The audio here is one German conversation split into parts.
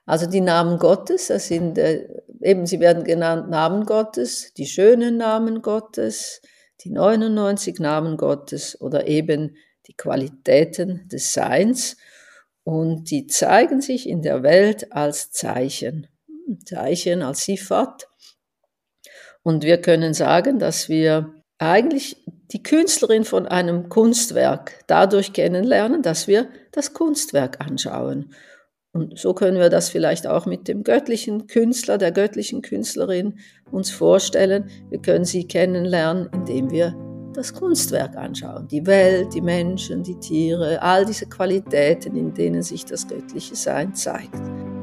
Also die Namen Gottes, das sind eben, sie werden genannt Namen Gottes, die schönen Namen Gottes, die 99 Namen Gottes oder eben die Qualitäten des Seins. Und die zeigen sich in der Welt als Zeichen, als Sifat. Und wir können sagen, dass wir eigentlich die Künstlerin von einem Kunstwerk dadurch kennenlernen, dass wir das Kunstwerk anschauen. Und so können wir das vielleicht auch mit dem göttlichen Künstler, der göttlichen Künstlerin uns vorstellen. Wir können sie kennenlernen, indem wir das Kunstwerk anschauen. Die Welt, die Menschen, die Tiere, all diese Qualitäten, in denen sich das göttliche Sein zeigt.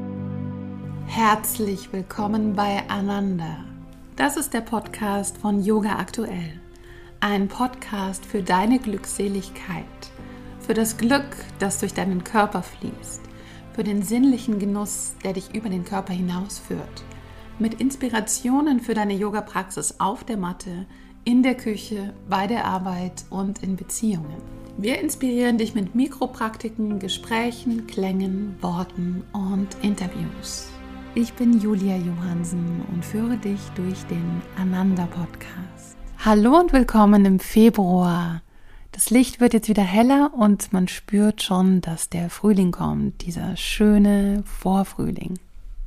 Herzlich willkommen bei Ananda. Das ist der Podcast von Yoga Aktuell. Ein Podcast für deine Glückseligkeit, für das Glück, das durch deinen Körper fließt, für den sinnlichen Genuss, der dich über den Körper hinausführt, mit Inspirationen für deine Yoga-Praxis auf der Matte, in der Küche, bei der Arbeit und in Beziehungen. Wir inspirieren dich mit Mikropraktiken, Gesprächen, Klängen, Worten und Interviews. Ich bin Julia Johansen und führe dich durch den Ananda-Podcast. Hallo und willkommen im Februar. Das Licht wird jetzt wieder heller und man spürt schon, dass der Frühling kommt, dieser schöne Vorfrühling.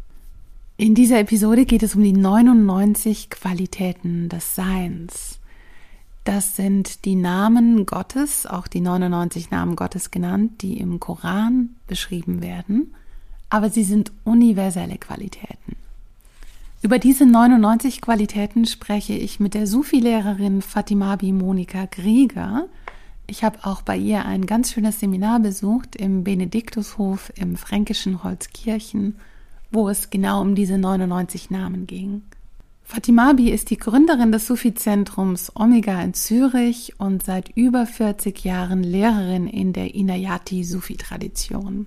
In dieser Episode geht es um die 99 Qualitäten des Seins. Das sind die Namen Gottes, auch die 99 Namen Gottes genannt, die im Koran beschrieben werden, aber sie sind universelle Qualitäten. Über diese 99 Qualitäten spreche ich mit der Sufi-Lehrerin Fatimabi Monika Grieger. Ich habe auch bei ihr ein ganz schönes Seminar besucht im Benediktushof im fränkischen Holzkirchen, wo es genau um diese 99 Namen ging. Fatimabi ist die Gründerin des Sufi-Zentrums Omega in Zürich und seit über 40 Jahren Lehrerin in der Inayati-Sufi-Tradition.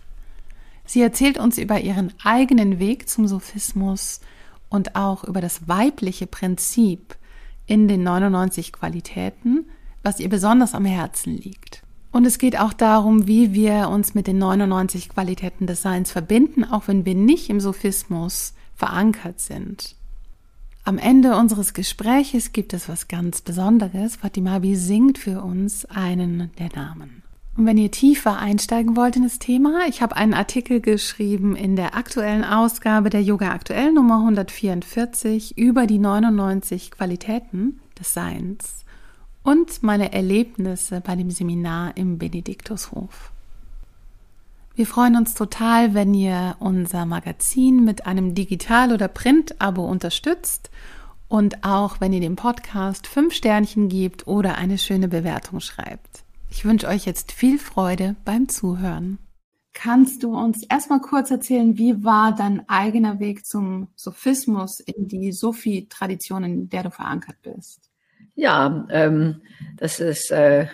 Sie erzählt uns über ihren eigenen Weg zum Sufismus und auch über das weibliche Prinzip in den 99 Qualitäten, was ihr besonders am Herzen liegt. Und es geht auch darum, wie wir uns mit den 99 Qualitäten des Seins verbinden, auch wenn wir nicht im Sufismus verankert sind. Am Ende unseres Gespräches gibt es was ganz Besonderes. Fatimabi singt für uns einen der Namen. Und wenn ihr tiefer einsteigen wollt in das Thema, ich habe einen Artikel geschrieben in der aktuellen Ausgabe der Yoga Aktuell Nummer 144 über die 99 Qualitäten des Seins und meine Erlebnisse bei dem Seminar im Benediktushof. Wir freuen uns total, wenn ihr unser Magazin mit einem Digital- oder Print-Abo unterstützt und auch, wenn ihr dem Podcast 5 Sternchen gebt oder eine schöne Bewertung schreibt. Ich wünsche euch jetzt viel Freude beim Zuhören. Kannst du uns erstmal kurz erzählen, wie war dein eigener Weg zum Sufismus in die Sufi-Tradition, in der du verankert bist? Ja, das ist ein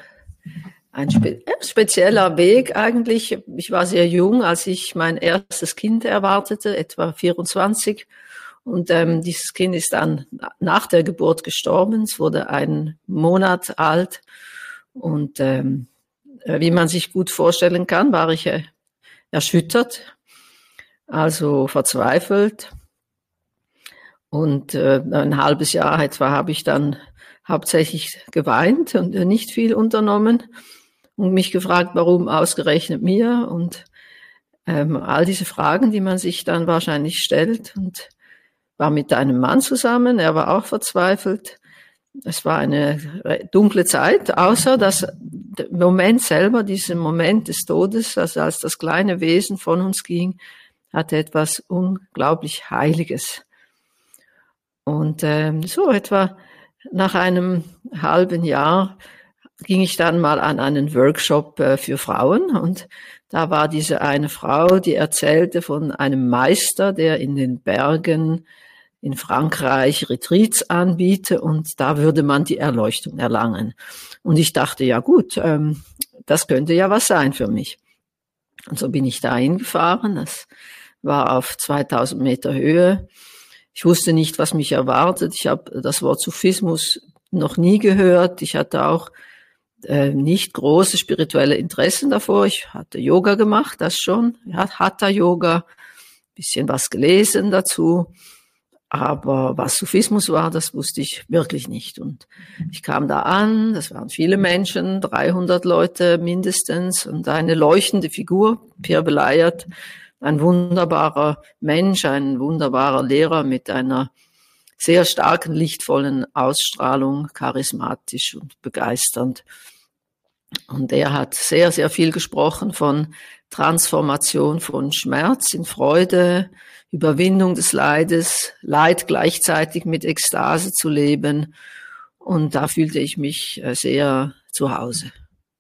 spezieller Weg eigentlich. Ich war sehr jung, als ich mein erstes Kind erwartete, etwa 24. Und dieses Kind ist dann nach der Geburt gestorben. Es wurde 1 Monat alt. Und wie man sich gut vorstellen kann, war ich erschüttert, also verzweifelt. Und ein halbes Jahr etwa habe ich dann hauptsächlich geweint und nicht viel unternommen und mich gefragt, warum ausgerechnet mir und all diese Fragen, die man sich dann wahrscheinlich stellt, und war mit einem Mann zusammen, er war auch verzweifelt. Es war eine dunkle Zeit, außer dass der Moment selber, dieser Moment des Todes, also als das kleine Wesen von uns ging, hatte etwas unglaublich Heiliges. Und so etwa nach einem halben Jahr ging ich dann mal an einen Workshop für Frauen, und da war diese eine Frau, die erzählte von einem Meister, der in den Bergen in Frankreich Retreats anbiete, und da würde man die Erleuchtung erlangen. Und ich dachte, ja gut, das könnte ja was sein für mich. Und so bin ich da hingefahren. Das war auf 2000 Meter Höhe. Ich wusste nicht, was mich erwartet. Ich habe das Wort Sufismus noch nie gehört. Ich hatte auch nicht große spirituelle Interessen davor. Ich hatte Yoga gemacht, das schon, Hatha-Yoga, bisschen was gelesen dazu. Aber was Sufismus war, das wusste ich wirklich nicht. Und ich kam da an, das waren viele Menschen, 300 Leute mindestens und eine leuchtende Figur, Pierre Belayert, ein wunderbarer Mensch, ein wunderbarer Lehrer mit einer sehr starken, lichtvollen Ausstrahlung, charismatisch und begeisternd. Und er hat sehr, sehr viel gesprochen von Transformation von Schmerz in Freude, Überwindung des Leides, Leid gleichzeitig mit Ekstase zu leben. Und da fühlte ich mich sehr zu Hause.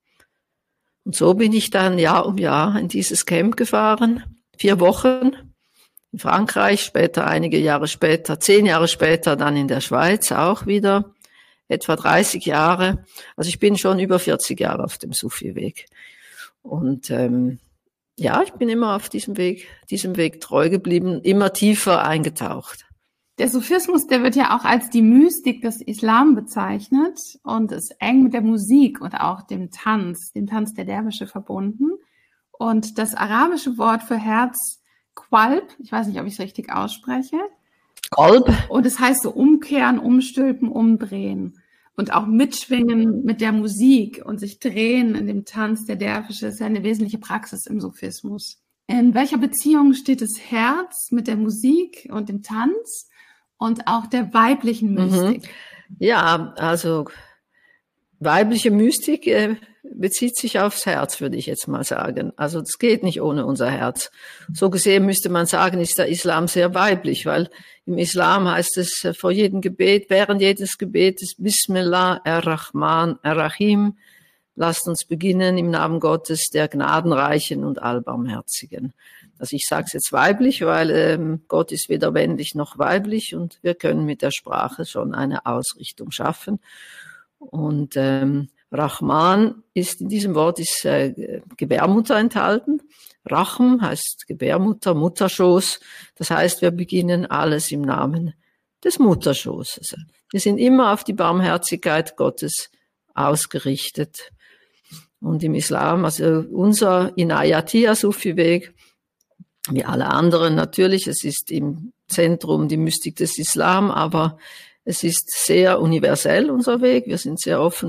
Und so bin ich dann Jahr um Jahr in dieses Camp gefahren, 4 Wochen in Frankreich, später einige Jahre später, 10 Jahre später dann in der Schweiz auch wieder, etwa 30 Jahre. Also ich bin schon über 40 Jahre auf dem Sufi-Weg. Und ja, ich bin immer auf diesem Weg treu geblieben, immer tiefer eingetaucht. Der Sufismus, der wird ja auch als die Mystik des Islam bezeichnet und ist eng mit der Musik und auch dem Tanz der Derwische verbunden. Und das arabische Wort für Herz, Qalb, ich weiß nicht, ob ich es richtig ausspreche. Qalb. Und es heißt so umkehren, umstülpen, umdrehen. Und auch mitschwingen mit der Musik und sich drehen in dem Tanz der Derwische ist ja eine wesentliche Praxis im Sufismus. In welcher Beziehung steht das Herz mit der Musik und dem Tanz und auch der weiblichen Mystik? Ja, also weibliche Mystik bezieht sich aufs Herz, würde ich jetzt mal sagen. Also das geht nicht ohne unser Herz. So gesehen müsste man sagen, ist der Islam sehr weiblich, weil im Islam heißt es vor jedem Gebet, während jedes Gebetes, Bismillah ar-Rahman ar-Rahim, lasst uns beginnen im Namen Gottes, der Gnadenreichen und Allbarmherzigen. Also ich sage es jetzt weiblich, weil Gott ist weder männlich noch weiblich und wir können mit der Sprache schon eine Ausrichtung schaffen. Und Rahman ist in diesem Wort ist Gebärmutter enthalten. Rachm heißt Gebärmutter, Mutterschoß. Das heißt, wir beginnen alles im Namen des Mutterschoßes. Wir sind immer auf die Barmherzigkeit Gottes ausgerichtet. Und im Islam, also unser Inayatiya-Sufi-Weg, wie alle anderen natürlich, es ist im Zentrum die Mystik des Islam, aber es ist sehr universell, unser Weg. Wir sind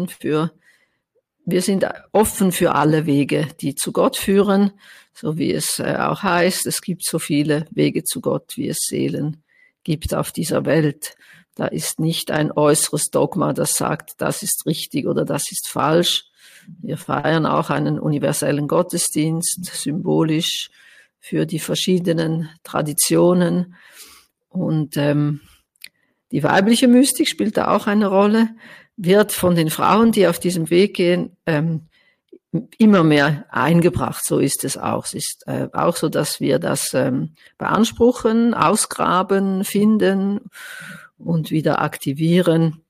offen für alle Wege, die zu Gott führen, so wie es auch heißt, es gibt so viele Wege zu Gott, wie es Seelen gibt auf dieser Welt. Da ist nicht ein äußeres Dogma, das sagt, das ist richtig oder das ist falsch. Wir feiern auch einen universellen Gottesdienst, symbolisch für die verschiedenen Traditionen. Und die weibliche Mystik spielt da auch eine Rolle, wird von den Frauen, die auf diesem Weg gehen, immer mehr eingebracht. So ist es auch. Es ist auch so, dass wir das beanspruchen, ausgraben, finden und wieder aktivieren.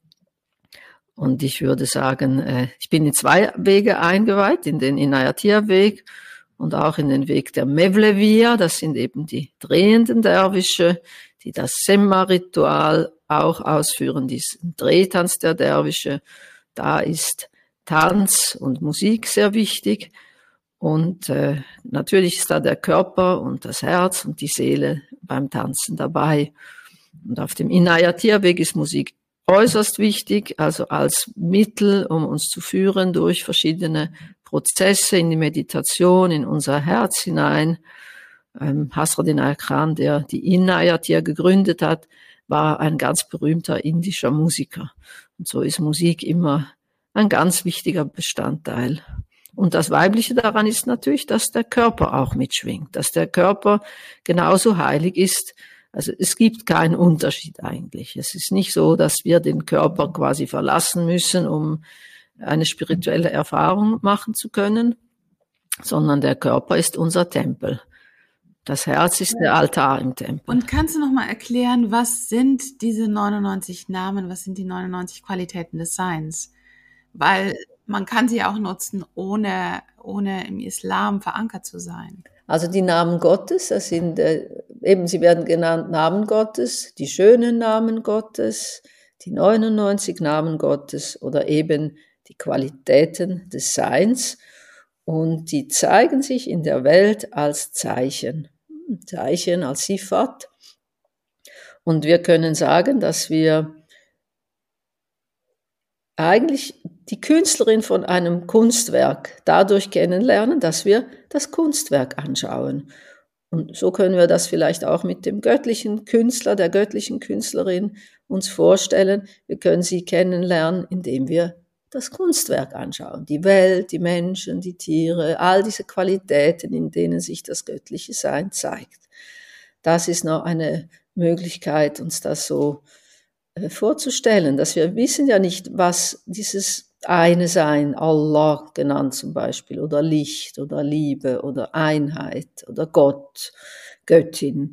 Und ich würde sagen, ich bin in 2 Wege eingeweiht, in den Inayatiya-Weg und auch in den Weg der Mevleviya. Das sind eben die drehenden Derwische, die das Semma-Ritual auch ausführen, diesen Drehtanz der Derwische. Da ist Tanz und Musik sehr wichtig. Und natürlich ist da der Körper und das Herz und die Seele beim Tanzen dabei. Und auf dem Inayatiya-Weg ist Musik äußerst wichtig, also als Mittel, um uns zu führen durch verschiedene Prozesse in die Meditation, in unser Herz hinein. Hasrat Inayat Khan, der die Inayatiya gegründet hat, war ein ganz berühmter indischer Musiker. Und so ist Musik immer ein ganz wichtiger Bestandteil. Und das Weibliche daran ist natürlich, dass der Körper auch mitschwingt, dass der Körper genauso heilig ist. Also es gibt keinen Unterschied eigentlich. Es ist nicht so, dass wir den Körper quasi verlassen müssen, um eine spirituelle Erfahrung machen zu können, sondern der Körper ist unser Tempel. Das Herz ist der Altar im Tempel. Und kannst du noch mal erklären, was sind diese 99 Namen, was sind die 99 Qualitäten des Seins? Weil man kann sie auch nutzen, ohne im Islam verankert zu sein. Also die Namen Gottes, das sind eben, sie werden genannt Namen Gottes, die schönen Namen Gottes, die 99 Namen Gottes oder eben die Qualitäten des Seins. Und die zeigen sich in der Welt als Zeichen. Zeichen als Sifat. Und wir können sagen, dass wir eigentlich die Künstlerin von einem Kunstwerk dadurch kennenlernen, dass wir das Kunstwerk anschauen. Und so können wir das vielleicht auch mit dem göttlichen Künstler, der göttlichen Künstlerin uns vorstellen. Wir können sie kennenlernen, indem wir das Kunstwerk anschauen. Die Welt, die Menschen, die Tiere, all diese Qualitäten, in denen sich das göttliche Sein zeigt. Das ist noch eine Möglichkeit, uns das so vorzustellen, dass wir wissen ja nicht, was dieses eine Sein, Allah genannt zum Beispiel, oder Licht oder Liebe oder Einheit oder Gott, Göttin,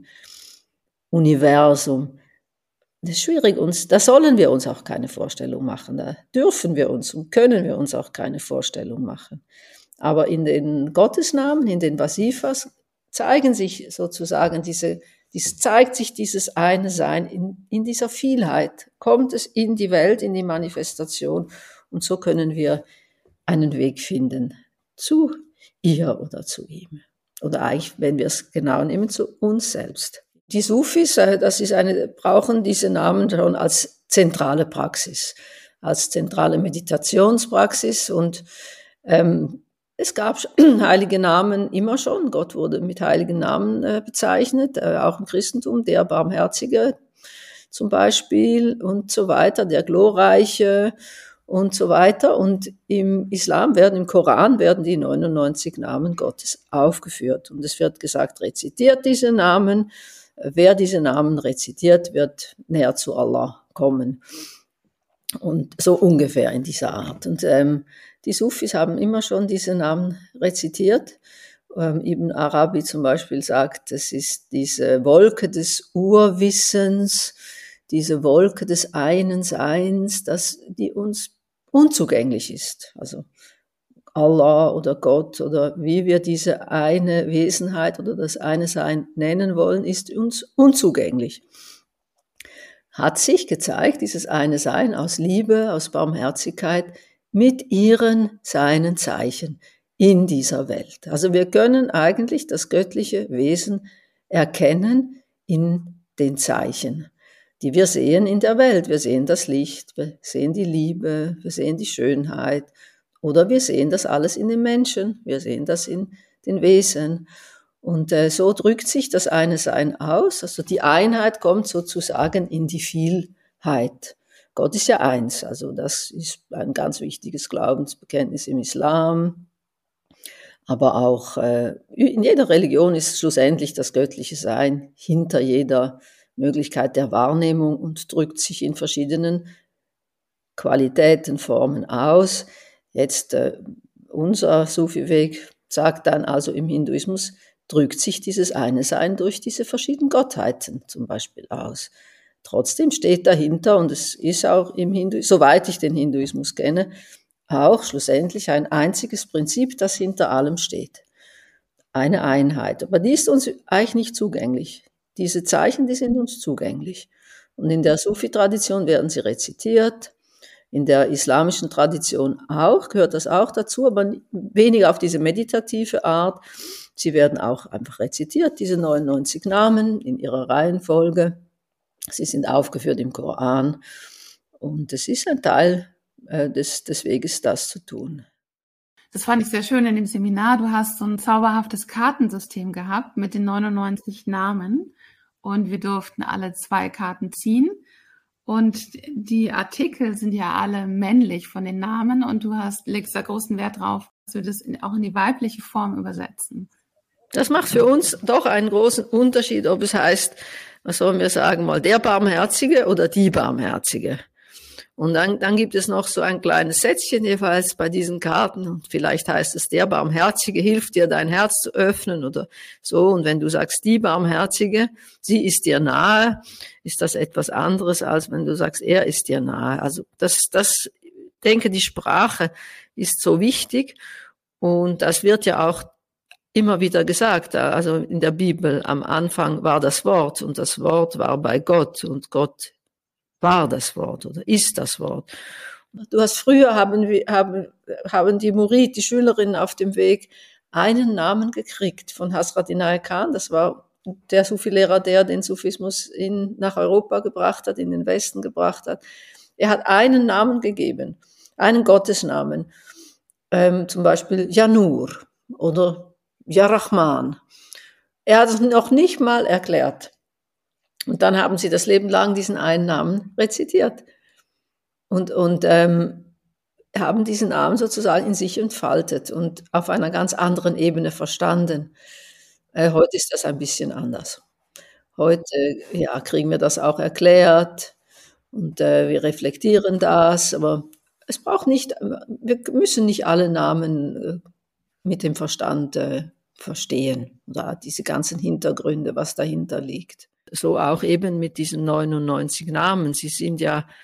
Universum. Das ist schwierig, da sollen wir uns auch keine Vorstellung machen, da dürfen wir uns und können wir uns auch keine Vorstellung machen. Aber in den Gottesnamen, in den Vasifas, zeigen sich sozusagen zeigt sich dieses eine Sein in dieser Vielheit, kommt es in die Welt, in die Manifestation, und so können wir einen Weg finden zu ihr oder zu ihm. Oder eigentlich, wenn wir es genau nehmen, zu uns selbst. Die Sufis, brauchen diese Namen schon als zentrale Praxis, als zentrale Meditationspraxis, und es gab heilige Namen immer schon. Gott wurde mit heiligen Namen bezeichnet, auch im Christentum, der Barmherzige zum Beispiel und so weiter, der Glorreiche und so weiter. Und im Islam im Koran werden die 99 Namen Gottes aufgeführt. Und es wird gesagt, rezitiert diese Namen. Wer diese Namen rezitiert, wird näher zu Allah kommen. Und so ungefähr in dieser Art. Und die Sufis haben immer schon diese Namen rezitiert. Ibn Arabi zum Beispiel sagt, es ist diese Wolke des Urwissens, diese Wolke des einen Seins, die uns unzugänglich ist. Also Allah oder Gott oder wie wir diese eine Wesenheit oder das eine Sein nennen wollen, ist uns unzugänglich. Hat sich gezeigt, dieses eine Sein aus Liebe, aus Barmherzigkeit, mit seinen Zeichen in dieser Welt. Also wir können eigentlich das göttliche Wesen erkennen in den Zeichen, die wir sehen in der Welt. Wir sehen das Licht, wir sehen die Liebe, wir sehen die Schönheit, oder wir sehen das alles in den Menschen, wir sehen das in den Wesen. Und so drückt sich das eine Sein aus, also die Einheit kommt sozusagen in die Vielheit. Gott ist ja eins, also das ist ein ganz wichtiges Glaubensbekenntnis im Islam, aber auch in jeder Religion ist schlussendlich das göttliche Sein hinter jeder Möglichkeit der Wahrnehmung und drückt sich in verschiedenen Qualitäten, Formen aus. Jetzt unser Sufi-Weg sagt dann also im Hinduismus, drückt sich dieses eine Sein durch diese verschiedenen Gottheiten zum Beispiel aus. Trotzdem steht dahinter, und es ist auch im Hinduismus, soweit ich den Hinduismus kenne, auch schlussendlich ein einziges Prinzip, das hinter allem steht. Eine Einheit. Aber die ist uns eigentlich nicht zugänglich. Diese Zeichen, die sind uns zugänglich. Und in der Sufi-Tradition werden sie rezitiert. In der islamischen Tradition auch, gehört das auch dazu, aber weniger auf diese meditative Art. Sie werden auch einfach rezitiert, diese 99 Namen in ihrer Reihenfolge. Sie sind aufgeführt im Koran. Und es ist ein Teil des Weges, das zu tun. Das fand ich sehr schön in dem Seminar. Du hast so ein zauberhaftes Kartensystem gehabt mit den 99 Namen. Und wir durften alle 2 Karten ziehen. Und die Artikel sind ja alle männlich von den Namen. Und du legst da großen Wert drauf, dass wir das auch in die weibliche Form übersetzen. Das macht für uns doch einen großen Unterschied, ob es heißt, was sollen wir sagen, mal der Barmherzige oder die Barmherzige. Und dann gibt es noch so ein kleines Sätzchen jeweils bei diesen Karten. Und vielleicht heißt es, der Barmherzige hilft dir, dein Herz zu öffnen oder so. Und wenn du sagst, die Barmherzige, sie ist dir nahe, ist das etwas anderes, als wenn du sagst, er ist dir nahe. Also denke, die Sprache ist so wichtig. Und das wird ja auch immer wieder gesagt, also in der Bibel, am Anfang war das Wort und das Wort war bei Gott und Gott war das Wort oder ist das Wort. Du hast früher haben die Murid, die Schülerinnen auf dem Weg, einen Namen gekriegt von Hazrat Inayat Khan, das war der Sufi-Lehrer, der den Sufismus nach Europa gebracht hat, in den Westen gebracht hat. Er hat einen Namen gegeben, einen Gottesnamen, zum Beispiel Ja Nur oder Ja Rahman. Er hat es noch nicht mal erklärt. Und dann haben sie das Leben lang diesen einen Namen rezitiert und haben diesen Namen sozusagen in sich entfaltet und auf einer ganz anderen Ebene verstanden. Heute ist das ein bisschen anders. Heute kriegen wir das auch erklärt und wir reflektieren das, aber es braucht nicht, wir müssen nicht alle Namen mit dem Verstand verstehen oder diese ganzen Hintergründe, was dahinter liegt. So auch eben mit diesen 99 Namen. Sie sind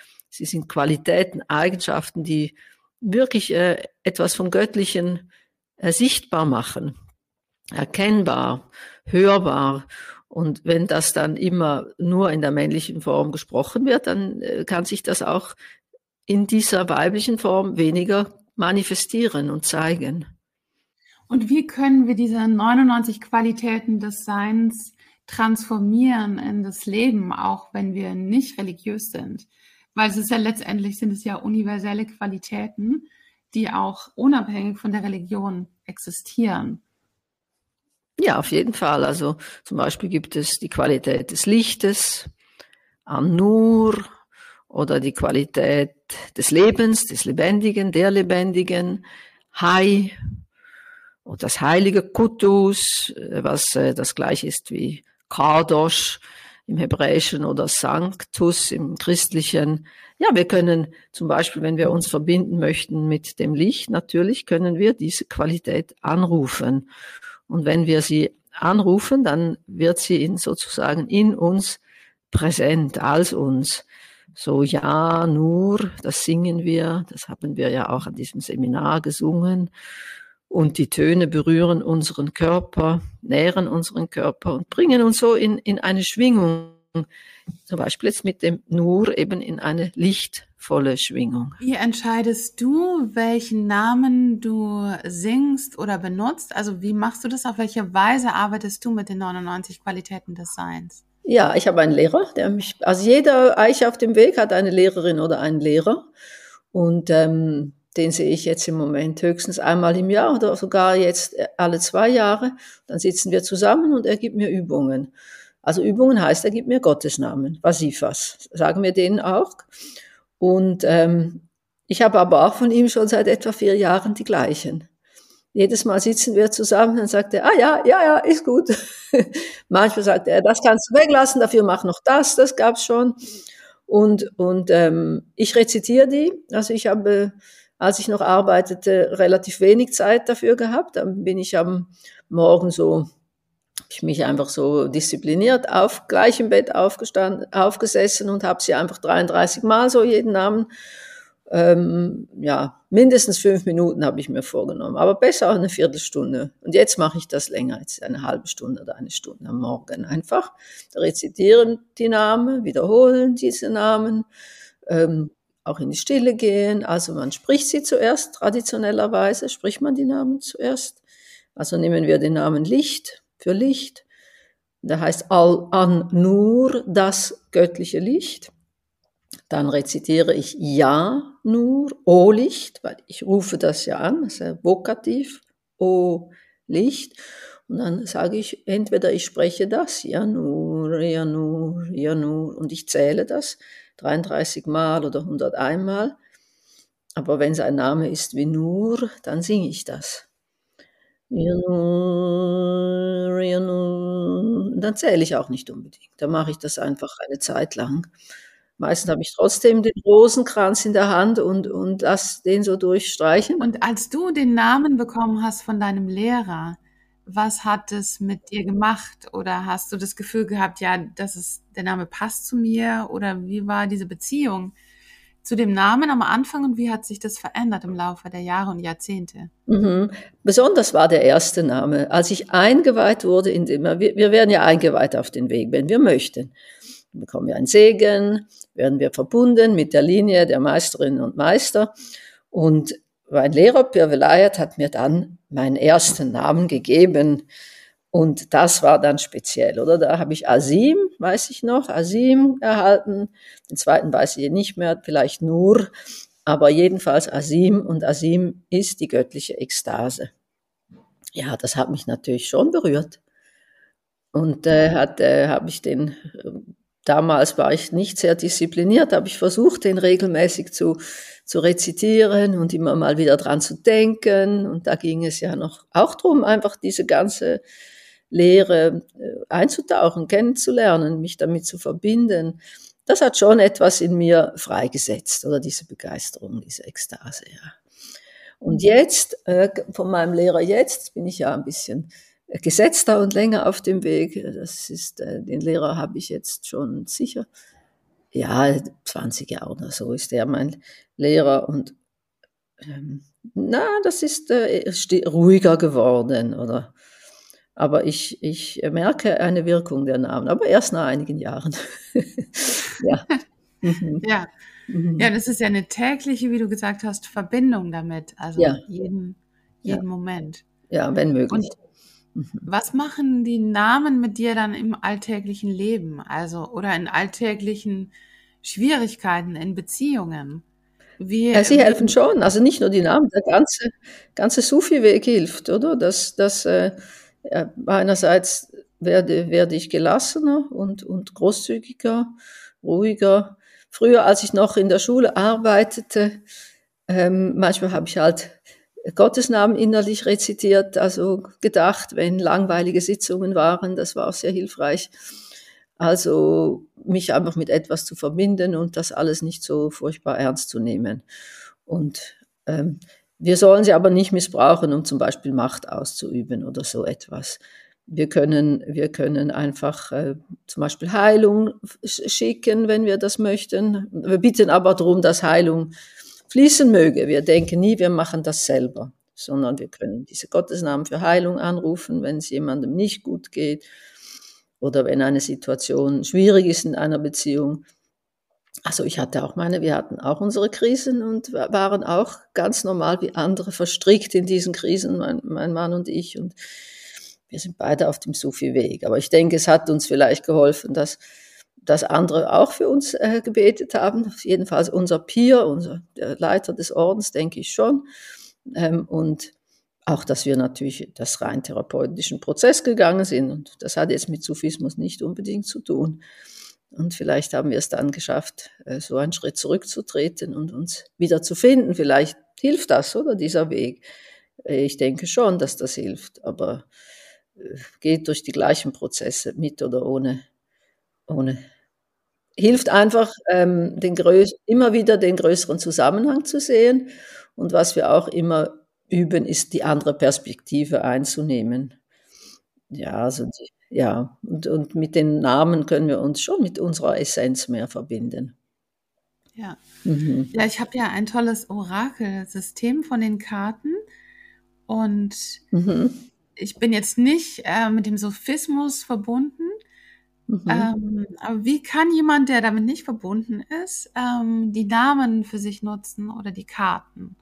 Qualitäten, Eigenschaften, die wirklich etwas vom Göttlichen sichtbar machen, erkennbar, hörbar. Und wenn das dann immer nur in der männlichen Form gesprochen wird, dann kann sich das auch in dieser weiblichen Form weniger manifestieren und zeigen. Und wie können wir diese 99 Qualitäten des Seins transformieren in das Leben, auch wenn wir nicht religiös sind? Weil es ist ja letztendlich, sind es ja universelle Qualitäten, die auch unabhängig von der Religion existieren. Ja, auf jeden Fall. Also zum Beispiel gibt es die Qualität des Lichtes, An-Nur, oder die Qualität des Lebens, des Lebendigen, der Lebendigen, Hai, oder das heilige Quddus, was das gleiche ist wie Kadosh im Hebräischen oder Sanctus im Christlichen. Ja, wir können zum Beispiel, wenn wir uns verbinden möchten mit dem Licht, natürlich können wir diese Qualität anrufen. Und wenn wir sie anrufen, dann wird sie sozusagen in uns präsent, als uns. So Ja Nur, das singen wir, das haben wir ja auch an diesem Seminar gesungen. Und die Töne berühren unseren Körper, nähren unseren Körper und bringen uns so in eine Schwingung. Zum Beispiel jetzt mit dem Nur eben in eine lichtvolle Schwingung. Wie entscheidest du, welchen Namen du singst oder benutzt? Also wie machst du das? Auf welche Weise arbeitest du mit den 99 Qualitäten des Seins? Ja, ich habe einen Lehrer, also jeder Eiche auf dem Weg hat eine Lehrerin oder einen Lehrer. Und den sehe ich jetzt im Moment höchstens einmal im Jahr oder sogar jetzt alle 2 Jahre. Dann sitzen wir zusammen und er gibt mir Übungen. Also Übungen heißt, er gibt mir Gottesnamen, Vasifas, sagen wir denen auch. Und ich habe aber auch von ihm schon seit etwa 4 Jahren die gleichen. Jedes Mal sitzen wir zusammen und sagt er, ja, ist gut. Manchmal sagt er, das kannst du weglassen, dafür mach noch das gab's schon. Und ich rezitiere die. Also ich habe, als ich noch arbeitete, relativ wenig Zeit dafür gehabt. Dann bin ich am Morgen ich mich einfach so diszipliniert gleich im Bett aufgesessen und habe sie einfach 33 Mal so jeden Namen. Mindestens 5 Minuten habe ich mir vorgenommen, aber besser auch eine Viertelstunde. Und jetzt mache ich das länger, jetzt eine halbe Stunde oder eine Stunde am Morgen einfach. Rezitieren die Namen, wiederholen diese Namen, auch in die Stille gehen. Also man spricht sie zuerst, traditionellerweise spricht man die Namen zuerst. Also nehmen wir den Namen Licht für Licht. Der heißt Al-An-Nur, das göttliche Licht. Dann rezitiere ich Ja Nur, O Licht, weil ich rufe das ja an, das ist ja vokativ, O Licht. Und dann sage ich, entweder ich spreche das, Ja Nur, Ja Nur, Ja Nur, und ich zähle das 33 Mal oder 101 Mal. Aber wenn es ein Name ist wie Nur, dann singe ich das. Ja Nur, Ja Nur. Dann zähle ich auch nicht unbedingt. Dann mache ich das einfach eine Zeit lang. Meistens habe ich trotzdem den Rosenkranz in der Hand und lass den so durchstreichen. Und als du den Namen bekommen hast von deinem Lehrer, was hat es mit dir gemacht? Oder hast du das Gefühl gehabt, ja, der Name passt zu mir? Oder wie war diese Beziehung zu dem Namen am Anfang und wie hat sich das verändert im Laufe der Jahre und Jahrzehnte? Besonders war der erste Name. Als ich eingeweiht wurde, wir werden ja eingeweiht auf den Weg, wenn wir möchten. Dann bekommen wir einen Segen, werden wir verbunden mit der Linie der Meisterinnen und Meister. Und mein Lehrer Pir Vilayat hat mir dann meinen ersten Namen gegeben. Und das war dann speziell, oder? Da habe ich Azim, weiß ich noch, Azim erhalten. Den zweiten weiß ich nicht mehr, vielleicht Nur, aber jedenfalls Azim. Und Azim ist die göttliche Ekstase. Ja, das hat mich natürlich schon berührt. Und habe ich den, damals war ich nicht sehr diszipliniert, habe ich versucht, den regelmäßig zu rezitieren und immer mal wieder dran zu denken. Und da ging es ja noch auch drum, einfach diese ganze Lehre einzutauchen, kennenzulernen, mich damit zu verbinden. Das hat schon etwas in mir freigesetzt, oder diese Begeisterung, diese Ekstase, ja. Und jetzt, von meinem Lehrer jetzt, bin ich ja ein bisschen gesetzter und länger auf dem Weg. Das ist, den Lehrer habe ich jetzt schon sicher, ja, 20 Jahre oder so ist er mein Lehrer. Und das ist ruhiger geworden, oder? Aber ich merke eine Wirkung der Namen, aber erst nach einigen Jahren. Ja. Mhm. Ja. Mhm. Ja, das ist ja eine tägliche, wie du gesagt hast, Verbindung damit, also Ja. jeden Ja. Moment. Ja, wenn möglich. Und was machen die Namen mit dir dann im alltäglichen Leben, also oder in alltäglichen Schwierigkeiten, in Beziehungen? Sie helfen schon, also nicht nur die Namen, der ganze Sufi-Weg hilft, oder? Einerseits werde ich gelassener und großzügiger, ruhiger. Früher, als ich noch in der Schule arbeitete, manchmal habe ich halt Gottesnamen innerlich rezitiert, also gedacht, wenn langweilige Sitzungen waren, das war auch sehr hilfreich. Also mich einfach mit etwas zu verbinden und das alles nicht so furchtbar ernst zu nehmen. Und wir sollen sie aber nicht missbrauchen, um zum Beispiel Macht auszuüben oder so etwas. Wir können einfach zum Beispiel Heilung schicken, wenn wir das möchten. Wir bitten aber darum, dass Heilung fließen möge. Wir denken nie, wir machen das selber, sondern wir können diese Gottesnamen für Heilung anrufen, wenn es jemandem nicht gut geht oder wenn eine Situation schwierig ist in einer Beziehung. Also wir hatten auch unsere Krisen und waren auch ganz normal wie andere verstrickt in diesen Krisen, mein Mann und ich. Und wir sind beide auf dem Sufi-Weg. Aber ich denke, es hat uns vielleicht geholfen, dass andere auch für uns gebetet haben. Jedenfalls unser Pir, der Leiter des Ordens, denke ich schon. Und auch, dass wir natürlich das rein therapeutischen Prozess gegangen sind. Und das hat jetzt mit Sufismus nicht unbedingt zu tun. Und vielleicht haben wir es dann geschafft, so einen Schritt zurückzutreten und uns wieder zu finden. Vielleicht hilft das, oder, dieser Weg. Ich denke schon, dass das hilft, aber geht durch die gleichen Prozesse, mit oder ohne. Hilft einfach, immer wieder den größeren Zusammenhang zu sehen. Und was wir auch immer üben, ist, die andere Perspektive einzunehmen. Ja, und mit den Namen können wir uns schon mit unserer Essenz mehr verbinden. Ja. Mhm. Ja, ich habe ja ein tolles Orakelsystem von den Karten und ich bin jetzt nicht mit dem Sophismus verbunden. Aber wie kann jemand, der damit nicht verbunden ist, die Namen für sich nutzen oder die Karten?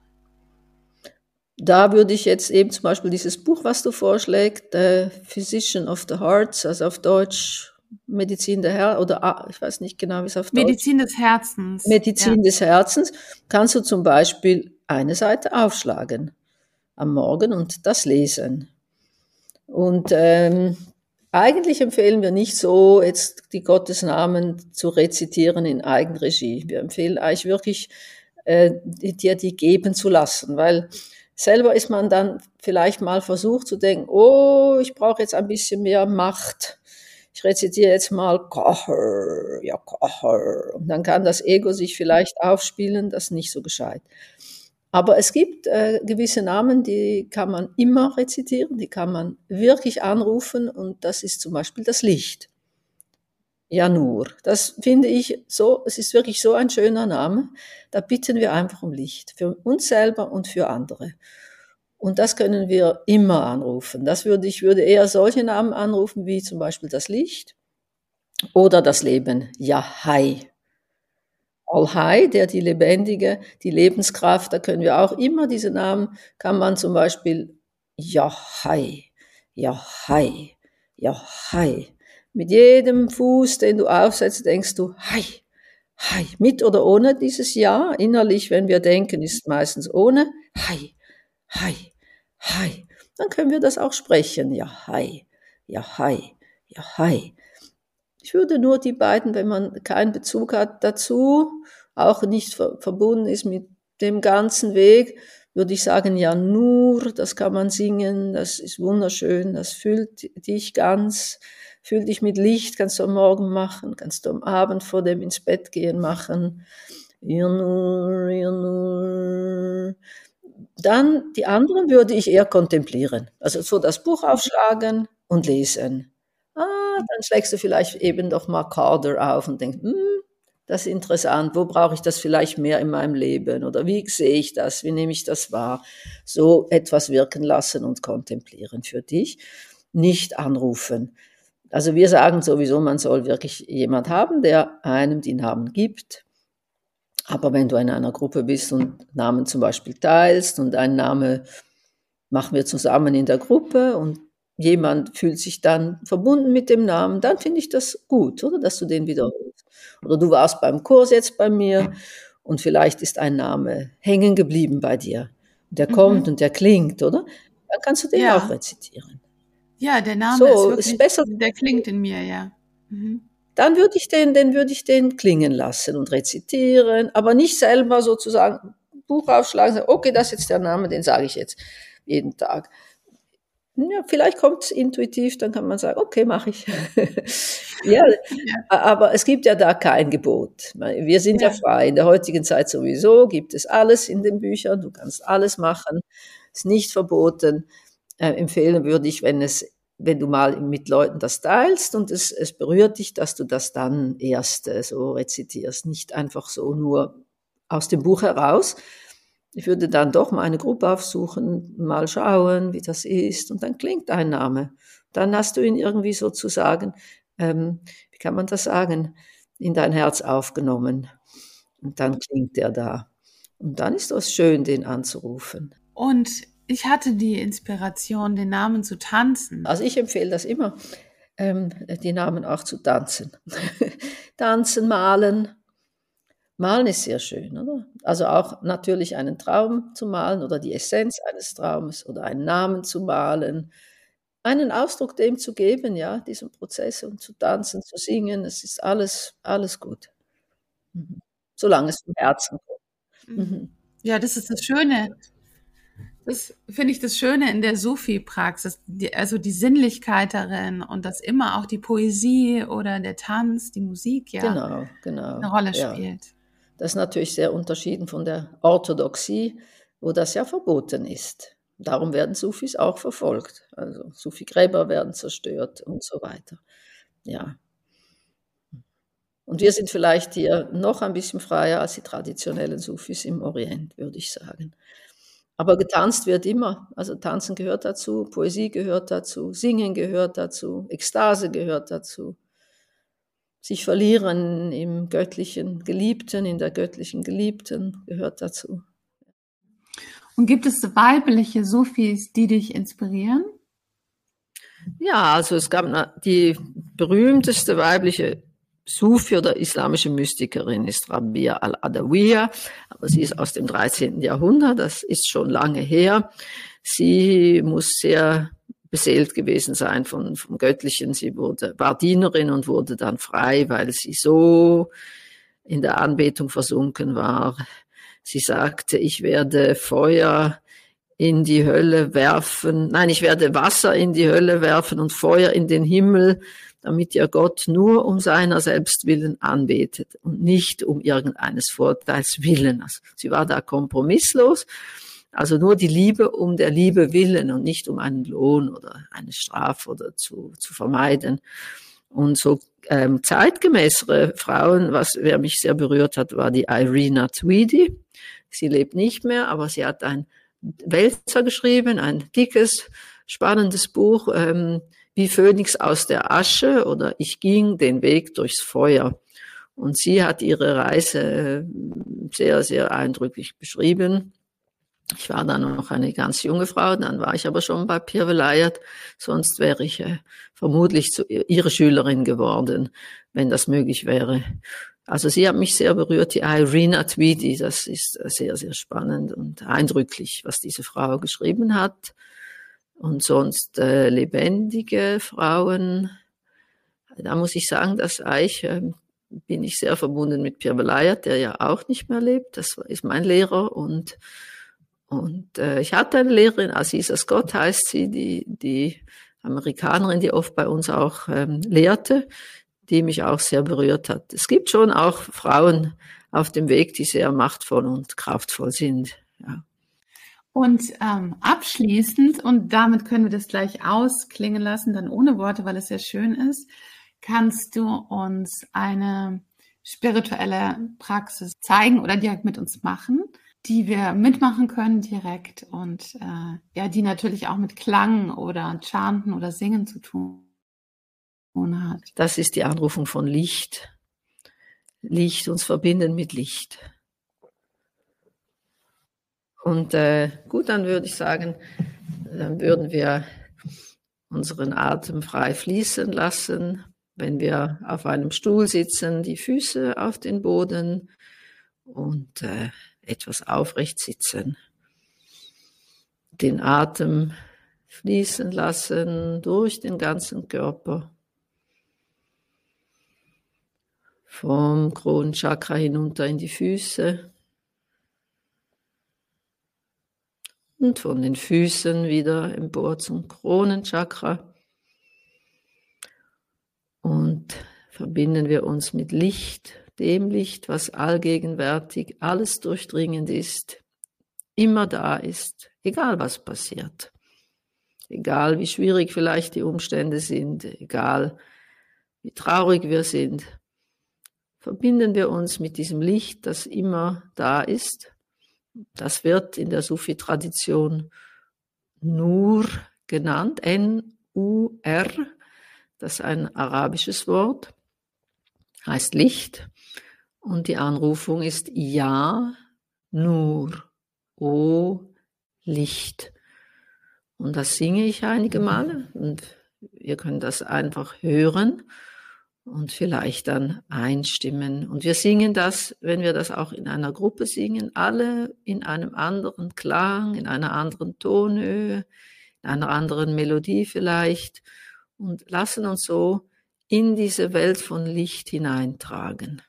Da würde ich jetzt eben zum Beispiel dieses Buch, was du vorschlägst, Physician of the Hearts, also auf Deutsch Medizin der Herzen, oder ich weiß nicht genau, wie es auf Deutsch. Medizin des Herzens. Medizin des Herzens, kannst du zum Beispiel eine Seite aufschlagen am Morgen und das lesen. Und eigentlich empfehlen wir nicht so, jetzt die Gottesnamen zu rezitieren in Eigenregie. Wir empfehlen eigentlich wirklich, dir die geben zu lassen, weil selber ist man dann vielleicht mal versucht zu denken, oh, ich brauche jetzt ein bisschen mehr Macht. Ich rezitiere jetzt mal Kahar, ja Kahar. Und dann kann das Ego sich vielleicht aufspielen, das ist nicht so gescheit. Aber es gibt gewisse Namen, die kann man immer rezitieren, die kann man wirklich anrufen und das ist zum Beispiel das Licht. Ja, Nur. Das finde ich so, es ist wirklich so ein schöner Name. Da bitten wir einfach um Licht. Für uns selber und für andere. Und das können wir immer anrufen. Ich würde eher solche Namen anrufen, wie zum Beispiel das Licht oder das Leben. Yahai. Al-Hai, der die Lebendige, die Lebenskraft, da können wir auch immer diese Namen, kann man zum Beispiel Yahai, Yahai. Ja, hi. Mit jedem Fuß, den du aufsetzt, denkst du, hi, hi. Mit oder ohne dieses Ja. Innerlich, wenn wir denken, ist meistens ohne. Hi, hi, hi. Dann können wir das auch sprechen. Ja, hi, ja, hi, ja, hi. Ich würde nur die beiden, wenn man keinen Bezug hat dazu, auch nicht verbunden ist mit dem ganzen Weg, würde ich sagen, ja, nur, das kann man singen, das ist wunderschön, das füllt dich ganz, füllt dich mit Licht, kannst du am Morgen machen, kannst du am Abend vor dem ins Bett gehen machen. Ja, nur, ja, nur. Dann die anderen würde ich eher kontemplieren. Also so das Buch aufschlagen und lesen. Dann schlägst du vielleicht eben doch mal Carter auf und denkst, das ist interessant, wo brauche ich das vielleicht mehr in meinem Leben oder wie sehe ich das, wie nehme ich das wahr? So etwas wirken lassen und kontemplieren für dich, nicht anrufen. Also wir sagen sowieso, man soll wirklich jemand haben, der einem die Namen gibt. Aber wenn du in einer Gruppe bist und Namen zum Beispiel teilst und ein Name machen wir zusammen in der Gruppe und jemand fühlt sich dann verbunden mit dem Namen, dann finde ich das gut, oder, dass du den wiederholst. Oder du warst beim Kurs jetzt bei mir und vielleicht ist ein Name hängen geblieben bei dir. Der kommt und der klingt, oder? Dann kannst du den auch rezitieren. Ja, der Name ist So, ist wirklich, besser. der klingt in mir, ja. Mhm. Dann würde ich den klingen lassen und rezitieren, aber nicht selber sozusagen Buch aufschlagen, sagen, okay, das ist jetzt der Name, den sage ich jetzt jeden Tag. Ja, vielleicht kommt es intuitiv, dann kann man sagen, okay, mache ich. Ja, aber es gibt ja da kein Gebot. Wir sind ja frei. In der heutigen Zeit sowieso gibt es alles in den Büchern. Du kannst alles machen. Ist nicht verboten. Empfehlen würde ich, wenn du mal mit Leuten das teilst und es berührt dich, dass du das dann erst so rezitierst. Nicht einfach so nur aus dem Buch heraus. Ich würde dann doch mal eine Gruppe aufsuchen, mal schauen, wie das ist, und dann klingt ein Name. Dann hast du ihn irgendwie sozusagen, wie kann man das sagen, in dein Herz aufgenommen. Und dann klingt er da. Und dann ist das schön, den anzurufen. Und ich hatte die Inspiration, den Namen zu tanzen. Also ich empfehle das immer, die Namen auch zu tanzen. Tanzen, malen. Malen ist sehr schön, oder? Also auch natürlich einen Traum zu malen oder die Essenz eines Traumes oder einen Namen zu malen, einen Ausdruck dem zu geben, ja, diesem Prozess, und zu tanzen, zu singen, es ist alles gut. Solange es vom Herzen kommt. Mhm. Ja, das ist das Schöne. Das finde ich das Schöne in der Sufi-Praxis, also die Sinnlichkeit darin und dass immer auch die Poesie oder der Tanz, die Musik Genau. eine Rolle Ja. spielt. Das ist natürlich sehr unterschieden von der Orthodoxie, wo das ja verboten ist. Darum werden Sufis auch verfolgt. Also Sufi-Gräber werden zerstört und so weiter. Ja. Und wir sind vielleicht hier noch ein bisschen freier als die traditionellen Sufis im Orient, würde ich sagen. Aber getanzt wird immer. Also Tanzen gehört dazu, Poesie gehört dazu, Singen gehört dazu, Ekstase gehört dazu. Sich verlieren im göttlichen Geliebten, in der göttlichen Geliebten gehört dazu. Und gibt es weibliche Sufis, die dich inspirieren? Ja, also es gab die berühmteste weibliche Sufi oder islamische Mystikerin ist Rabia al-Adawiya, aber sie ist aus dem 13. Jahrhundert, das ist schon lange her. Sie muss sehr beseelt gewesen sein vom Göttlichen. Sie war Dienerin und wurde dann frei, weil sie so in der Anbetung versunken war. Sie sagte, ich werde Feuer in die Hölle werfen, nein, ich werde Wasser in die Hölle werfen und Feuer in den Himmel, damit ihr Gott nur um seiner selbst willen anbetet und nicht um irgendeines Vorteils willen. Also sie war da kompromisslos, also nur die Liebe um der Liebe willen und nicht um einen Lohn oder eine Strafe oder zu vermeiden. Und so zeitgemäßere Frauen, wer mich sehr berührt hat, war die Irina Tweedy. Sie lebt nicht mehr, aber sie hat ein Wälzer geschrieben, ein dickes, spannendes Buch, wie Phönix aus der Asche oder Ich ging den Weg durchs Feuer. Und sie hat ihre Reise sehr, sehr eindrücklich beschrieben. Ich war dann noch eine ganz junge Frau, dann war ich aber schon bei Pir Velayat, sonst wäre ich vermutlich ihre Schülerin geworden, wenn das möglich wäre. Also sie hat mich sehr berührt, die Irina Tweedy, das ist sehr, sehr spannend und eindrücklich, was diese Frau geschrieben hat. Und sonst lebendige Frauen, da muss ich sagen, dass eigentlich bin ich sehr verbunden mit Pir Velayat, der ja auch nicht mehr lebt, das ist mein Lehrer und ich hatte eine Lehrerin, Aziza Scott heißt sie, die Amerikanerin, die oft bei uns auch lehrte, die mich auch sehr berührt hat. Es gibt schon auch Frauen auf dem Weg, die sehr machtvoll und kraftvoll sind. Ja. Und abschließend, und damit können wir das gleich ausklingen lassen, dann ohne Worte, weil es sehr schön ist, kannst du uns eine spirituelle Praxis zeigen oder direkt mit uns machen, die wir mitmachen können direkt und ja, die natürlich auch mit Klang oder Chanten oder Singen zu tun hat. Das ist die Anrufung von Licht. Licht, uns verbinden mit Licht. Und gut, dann würde ich sagen, dann würden wir unseren Atem frei fließen lassen. Wenn wir auf einem Stuhl sitzen, die Füße auf den Boden und etwas aufrecht sitzen. Den Atem fließen lassen durch den ganzen Körper. Vom Kronenchakra hinunter in die Füße. Und von den Füßen wieder empor zum Kronenchakra. Und verbinden wir uns mit Licht, dem Licht, was allgegenwärtig, alles durchdringend ist, immer da ist, egal was passiert. Egal wie schwierig vielleicht die Umstände sind, egal wie traurig wir sind, verbinden wir uns mit diesem Licht, das immer da ist. Das wird in der Sufi-Tradition Nur genannt, N-U-R, das ist ein arabisches Wort, heißt Licht. Und die Anrufung ist Ja, Nur, O, Licht. Und das singe ich einige Male und ihr könnt das einfach hören und vielleicht dann einstimmen. Und wir singen das, wenn wir das auch in einer Gruppe singen, alle in einem anderen Klang, in einer anderen Tonhöhe, in einer anderen Melodie vielleicht und lassen uns so in diese Welt von Licht hineintragen.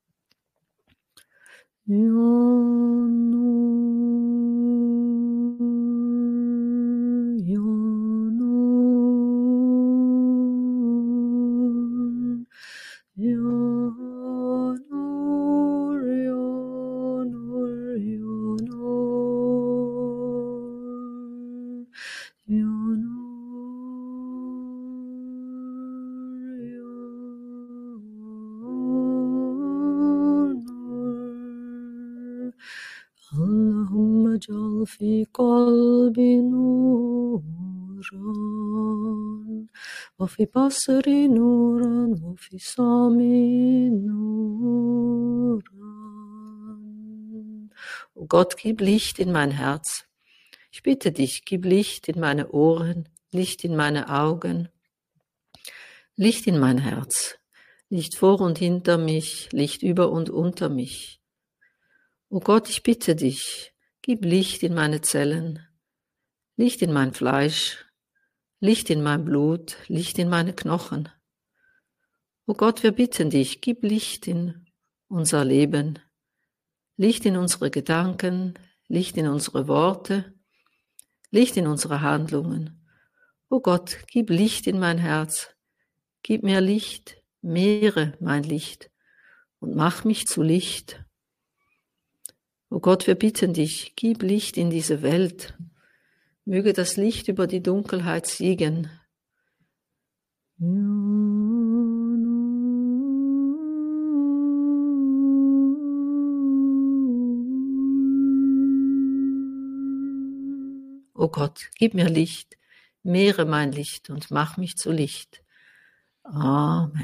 Allahumma ja'al fi qalbi nuran wa fi basari nuran wa fi sami nuran. Oh Gott, gib Licht in mein Herz. Ich bitte dich, gib Licht in meine Ohren, Licht in meine Augen, Licht in mein Herz, Licht vor und hinter mich, Licht über und unter mich. O Gott, ich bitte dich, gib Licht in meine Zellen, Licht in mein Fleisch, Licht in mein Blut, Licht in meine Knochen. O Gott, wir bitten dich, gib Licht in unser Leben, Licht in unsere Gedanken, Licht in unsere Worte, Licht in unsere Handlungen. O Gott, gib Licht in mein Herz, gib mir Licht, mehre mein Licht und mach mich zu Licht. O Gott, wir bitten dich, gib Licht in diese Welt. Möge das Licht über die Dunkelheit siegen. O Gott, gib mir Licht, mehre mein Licht und mach mich zu Licht. Amen.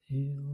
You